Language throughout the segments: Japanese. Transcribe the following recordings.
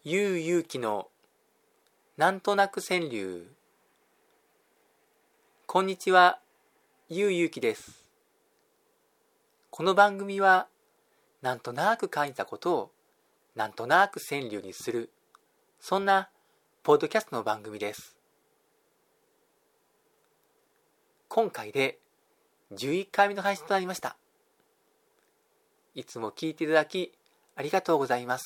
ゆうゆうきのなんとなく川柳。こんにちは、ゆうゆうきです。この番組はなんとなく感じたことをなんとなく川柳にする、そんなポッドキャストの番組です。今回で11回目の配信となりました。いつも聞いていただきありがとうございます。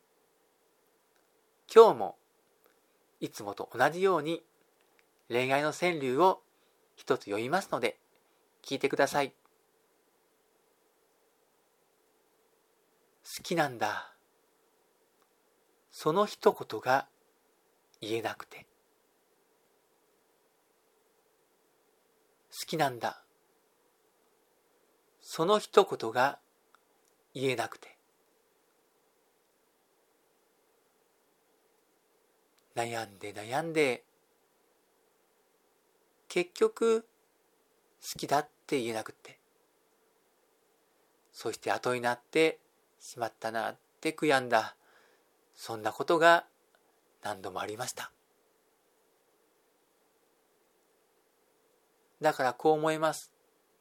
今日もいつもと同じように恋愛の川柳を一つ読みますので聞いてください。好きなんだ。その一言が言えなくて。好きなんだ。その一言が言えなくて。悩んで悩んで、結局好きだって言えなくて、そして後になってしまったなって悔やんだ、そんなことが何度もありました。だからこう思います。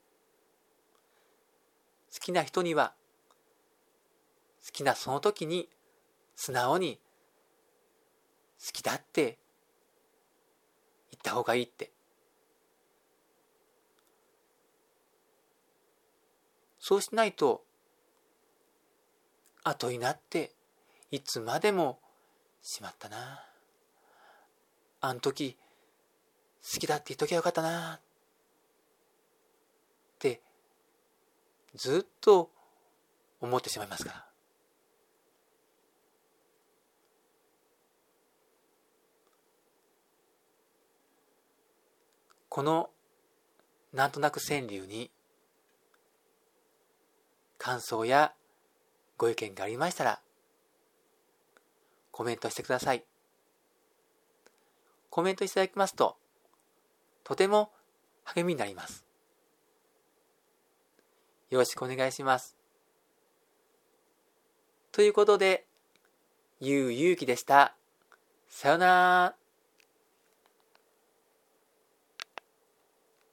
好きな人には好きなその時に素直に好きだって言った方がいいって。そうしないと後になっていつまでもしまったな、あの時好きだって言っときゃよかったなってずっと思ってしまいますから。このなんとなく川柳に感想やご意見がありましたらコメントしてください。コメントいただきますととても励みになります。よろしくお願いします。ということで、ゆうゆうきでした。さよなら。